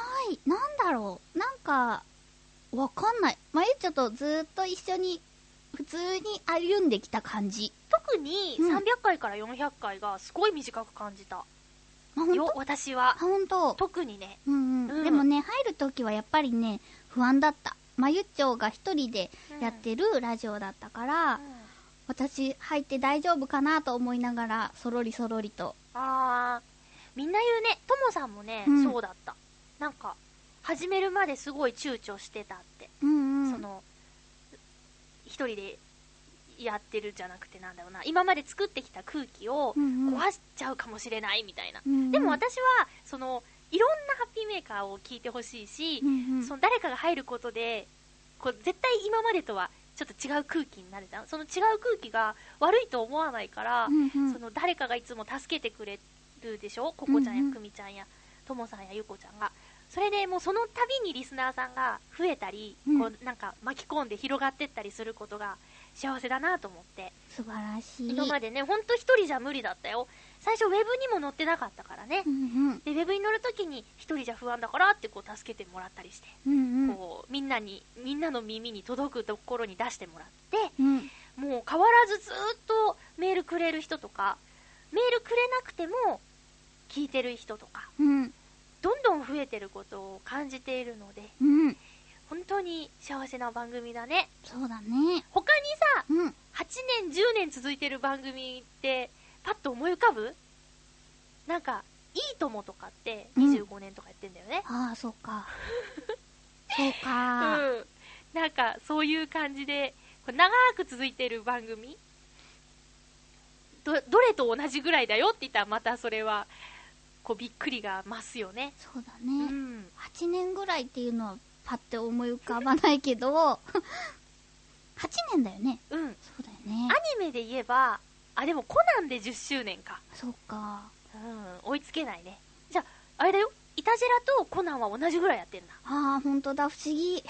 なんだろう。なんか、わかんない。まゆっちょとずーっと一緒に、普通に歩んできた感じ。 特に300回から400回がすごい短く感じた。よ、私は。 ほんと。 特にね。 でもね、入るときはやっぱりね、不安だった。まゆっちょが一人でやってるラジオだったから、私入って大丈夫かなと思いながら、そろりそろりと。 みんな言うね。ともさんもね、そうだった。なんか、始めるまですごい躊躇してたって。その、一人でやってるじゃなくてなんだろうな。今まで作ってきた空気を壊しちゃうかもしれないみたいな。でも私は、いろんなハッピーメーカーを聞いてほしいし、その誰かが入ることで、こう絶対今までとはちょっと違う空気になるじゃん。その違う空気が悪いと思わないから、その誰かがいつも助けてくれるでしょ、ココちゃんやクミちゃんやともさんやゆこちゃんが。それでもうその度にリスナーさんが増えたり、こうなんか巻き込んで広がってったりすることが幸せだなと思って。 素晴らしい。 今までね、ほんと一人じゃ無理だったよ。最初ウェブにも載ってなかったからね。でウェブに載るときに一人じゃ不安だからってこう助けてもらったりして、こうみんなの耳に届くところに出してもらって、もう変わらずずっとメールくれる人とか、メールくれなくても聞いてる人とか、どんどん増えてることを感じているので、本当に幸せな番組だね。 そうだね。 他にさ、8年10年続いてる番組ってパッと思い浮かぶ？なんかいいともとかって25年とかやってんだよね。 そうか。そうか。 なんかそういう感じでこれ長く続いてる番組、どれと同じぐらいだよって言ったらまたそれはこうびっくりが増すよね。 そうだね。8年ぐらいっていうのはパッて思い浮かばないけど8年だよね。そうだよね。 アニメで言えばでもコナンで10周年か。 そうか。 追いつけないね。じゃああれだよ、イタジェラとコナンは同じぐらいやってんだ。 ほんとだ、不思議。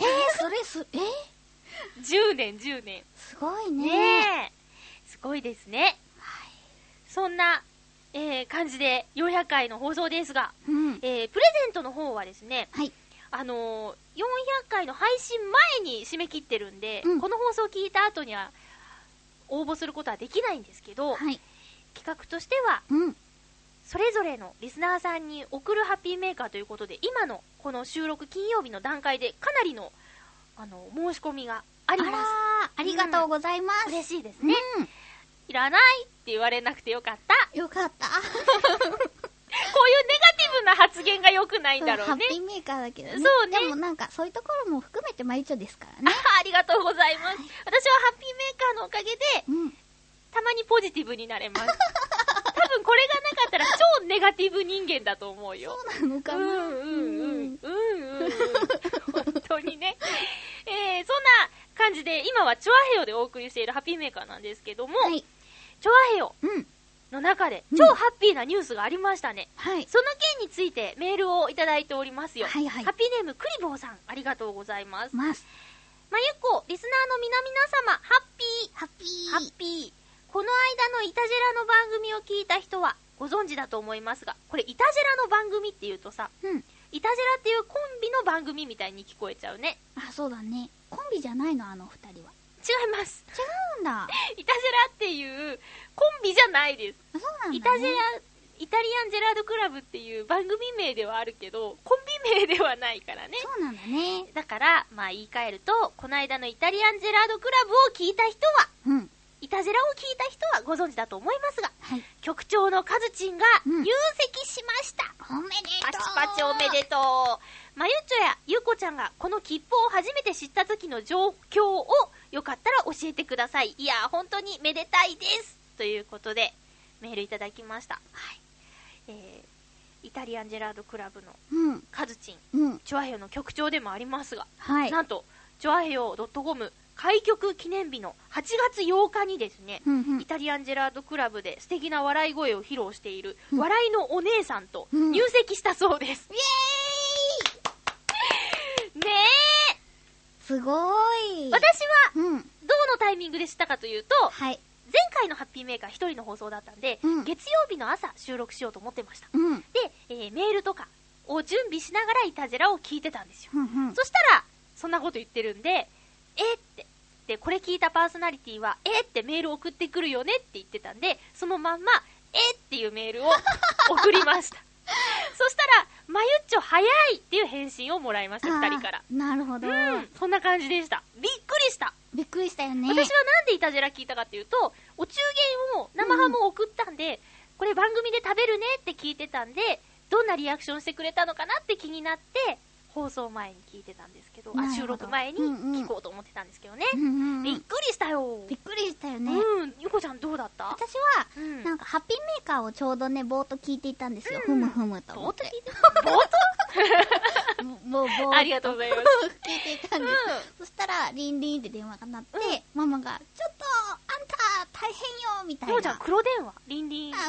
10年すごいね。 すごいですね。そんな、感じで400回の放送ですが、プレゼントの方はですね、400回の配信前に締め切ってるんで、この放送を聞いた後には応募することはできないんですけど、企画としては、それぞれのリスナーさんに送るハッピーメーカーということで、今のこの収録金曜日の段階でかなりの申し込みがあります。 ありがとうございます。 嬉しいですね。いらないって言われなくてよかった。 よかった。 こういうネガティブな発言が良くないんだろうね。 ハッピーメーカーだけどね。 そうね。 でもなんかそういうところも含めてまゆちょですからね。 ありがとうございます。私はハッピーメーカーのおかげで、たまにポジティブになれます。多分これがなかったら超ネガティブ人間だと思うよ。 そうなのかな。 本当にね。そんな感じで今はチョアヘヨでお送りしているハッピーメーカーなんですけども、チョアヘヨの中で超ハッピーなニュースがありましたね。その件についてメールをいただいておりますよ。ハッピーネームクリボーさん、ありがとうございます。まゆこ、リスナーの皆様、ハッピー。この間のイタジェラの番組を聞いた人はご存知だと思いますが、これイタジェラの番組って言うとさ、イタジェラっていうコンビの番組みたいに聞こえちゃうね。 そうだね。コンビじゃないの、あの二人は。 違います。 違うんだ。 イタジェラっていうコンビじゃないです。 そうなんだね。 イタジェライタリアンジェラードクラブっていう番組名ではあるけど、コンビ名ではないからね。 そうなんだね。 だから、まあ言い換えると、この間のイタリアンジェラードクラブを聞いた人は、 うん。 イタジェラを聞いた人はご存知だと思いますが、 はい。 局長のカズチンが入籍しました。 おめでとう。 パチパチおめでとう。まゆっちょやゆうこちゃんがこの切符を初めて知った時の状況をよかったら教えてください。いやー、本当にめでたいです。ということで、メールいただきました。はい。イタリアンジェラードクラブのカズチン、チョアヘヨの局長でもありますが、 はい。 なんと、チョアヘヨ .com 開局記念日の8月8日にですね、イタリアンジェラードクラブで素敵な笑い声を披露している笑いのお姉さんと入籍したそうです。 イエーイねえすごい。 私は、どのタイミングで知ったかというと、 はい。 前回のハッピーメーカー一人の放送だったんで、月曜日の朝収録しようと思ってました。で、メールとかを準備しながらイタジェラを聞いてたんですよ。そしたら、そんなこと言ってるんで、って。で、これ聞いたパーソナリティは、ってメール送ってくるよねって言ってたんで、そのまんま、っていうメールを送りました。そしたら、まゆっちょ早いっていう返信をもらいました、二人から。 なるほど。 そんな感じでした。びっくりした。 びっくりしたよね。 私はなんでイタジェラ聞いたかっていうと、お中元を生ハムを送ったんで、これ番組で食べるねって聞いてたんで、どんなリアクションしてくれたのかなって気になって、放送前に聞いてたんですけど、収録前に聞こうと思ってたんですけどね。びっくりしたよ。 びっくりしたよね。 ゆこちゃんどうだった？ 私は、なんかハッピーメーカーをちょうどね、ぼーっと聞いていたんですよ。ふむふむと思って。 ぼーっとぼーっと。 ありがとうございます。 聞いていたんです。そしたら、リンリンって電話が鳴って、ママが、ちょっと、あんた、大変よ、みたいな。 ようちゃん、黒電話リンリン。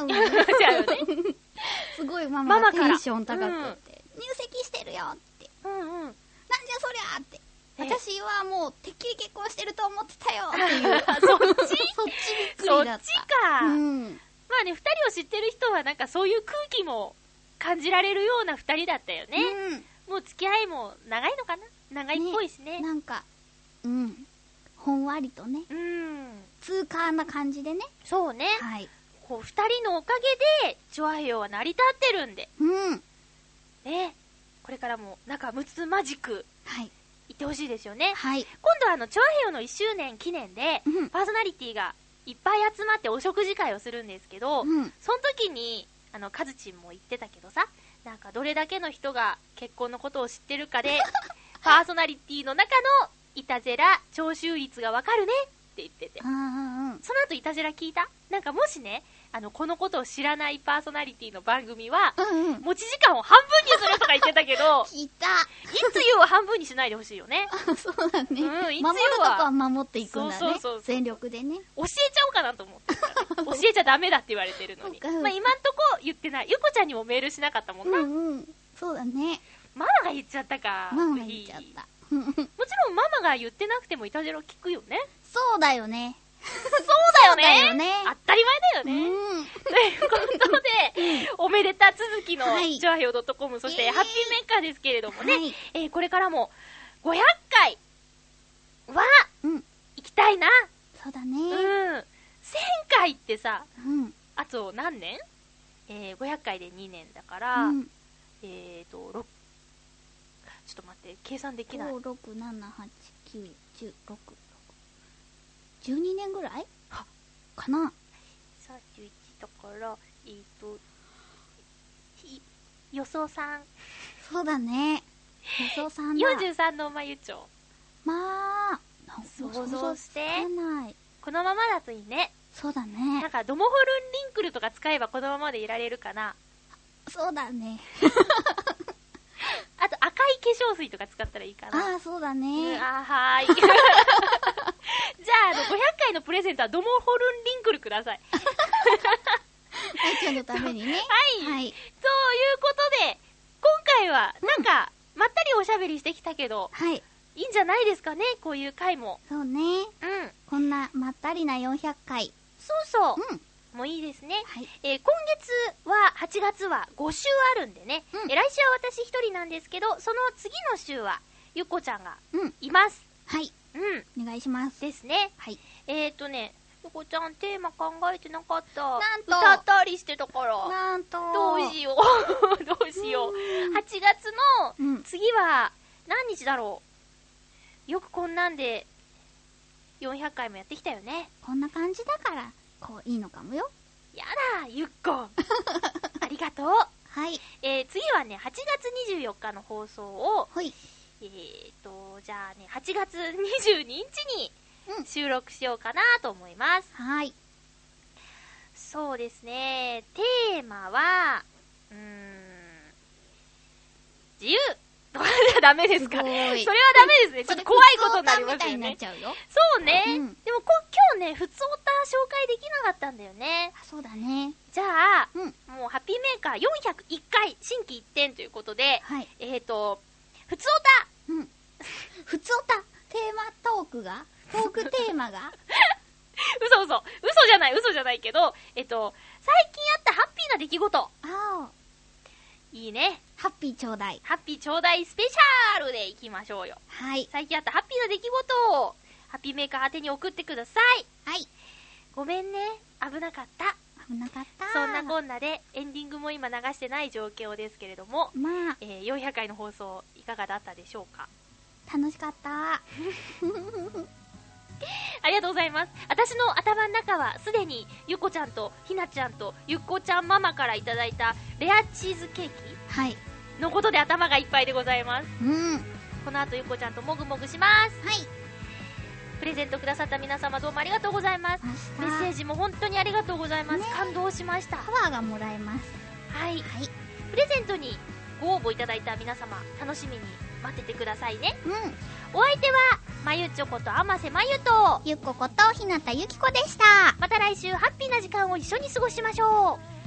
すごいママがテンション高くて、入籍してるよって。なんじゃそりゃって。私はもうてっきり結婚してると思ってたよっていう。 そっちびっくりだった。 そっちか。まあね、二人を知ってる人はなんかそういう空気も感じられるような二人だったよね。もう付き合いも長いのかな？長いっぽいしね。 なんか、ほんわりとね。通過な感じでね。 そうね。はい。こう二人のおかげで、チョアヘヨは成り立ってるんで。ね。これからも仲睦まじく、言ってほしいですよね。はい。今度チョアヘヨの1周年記念で、パーソナリティがいっぱい集まってお食事会をするんですけど、その時に、カズチンも言ってたけどさ、なんかどれだけの人が結婚のことを知ってるかで、パーソナリティの中のイタジェラ聴取率がわかるねって言ってて。その後イタジェラ聞いた？なんかもしね、このことを知らないパーソナリティの番組は、持ち時間を半分にするとか言ってたけど、 聞いた。 いつ言うは半分にしないでほしいよね。 そうだね。いつ言うは。守るとこは守っていくんだね。全力でね。 教えちゃおうかなと思ってたからね。教えちゃダメだって言われてるのに。まあ今んとこ言ってない。ゆこちゃんにもメールしなかったもんな。 そうだね。 ママが言っちゃったか。 ママが言っちゃった。 もちろんママが言ってなくてもイタジェラ聞くよね。 そうだよね。 そうだよね。当たり前だよね。ということで、おめでた続きのチョアヘヨ .com、そしてハッピーメーカーですけれどもね、これからも500回は行きたいな。 そうだね。 1000回ってさ、あと何年？500回で2年だから、ちょっと待って、計算できない。 5、6、7、8、9、10、6、12年ぐらいかな。 31だから、予想3。 そうだね。予想3だ。 43のまゆちょ。 まあ、 想像して。 ない。 このままだといいね。 そうだね。 なんか、ドモホルンリンクルとか使えばこのままでいられるかな。 そうだね。 あと、赤い化粧水とか使ったらいいかな。 そうだね。 はーい。じゃあ、500回のプレゼントはドモホルンリンクルください。 愛ちゃんのためにね。 はい。ということで、今回は、なんか、まったりおしゃべりしてきたけど、いいんじゃないですかね、こういう回も。 そうね。こんなまったりな400回。 そうそう。もういいですね。今月は、8月は5週あるんでね。来週は私一人なんですけど、その次の週は、ゆっこちゃんがいます。 はい。お願いします。 ですね。 ゆこちゃんテーマ考えてなかった。 なんと歌ったりしてたから。 なんとどうしよう。どうしよう。8月の次は何日だろう。よくこんなんで400回もやってきたよね。 こんな感じだからこういいのかもよ。 やだゆっこありがとう。 はい、 次はね8月24日の放送をはい、 じゃあね8月22日に収録しようかなと思います。 はい。 そうですね、テーマは自由とかじゃダメですか？それはダメですね。ちょっと怖いことになりますよね。そうね、でも今日ねふつおた紹介できなかったんだよね。 あ、そうだね。 じゃあ、もうハッピーメーカー401回新規一点ということで、 はい、 ふつおた、 ふつおたテーマトークテーマが嘘じゃないけど、最近あったハッピーな出来事。いいね。 ハッピーちょうだい。 ハッピーちょうだいスペシャルでいきましょうよ。 はい。 最近あったハッピーな出来事をハッピーメーカー宛てに送ってください。 はい。 ごめんね、危なかった。そんなこんなでエンディングも今流してない状況ですけれども、 まあ、 400回の放送いかがだったでしょうか？ 楽しかったありがとうございます。私の頭の中はすでにゆこちゃんとひなちゃんとゆっこちゃんママからいただいたレアチーズケーキのことで頭がいっぱいでございます。この後ゆこちゃんともぐもぐします。 はい。 プレゼントくださった皆様どうもありがとうございます。メッセージも本当にありがとうございます。感動しました。 パワーがもらえます。 はい、プレゼントにご応募いただいた皆様楽しみに待っててくださいね。お相手はまゆちょことあませまゆとゆっこことひなたゆきこでした。 また来週ハッピーな時間を一緒に過ごしましょう。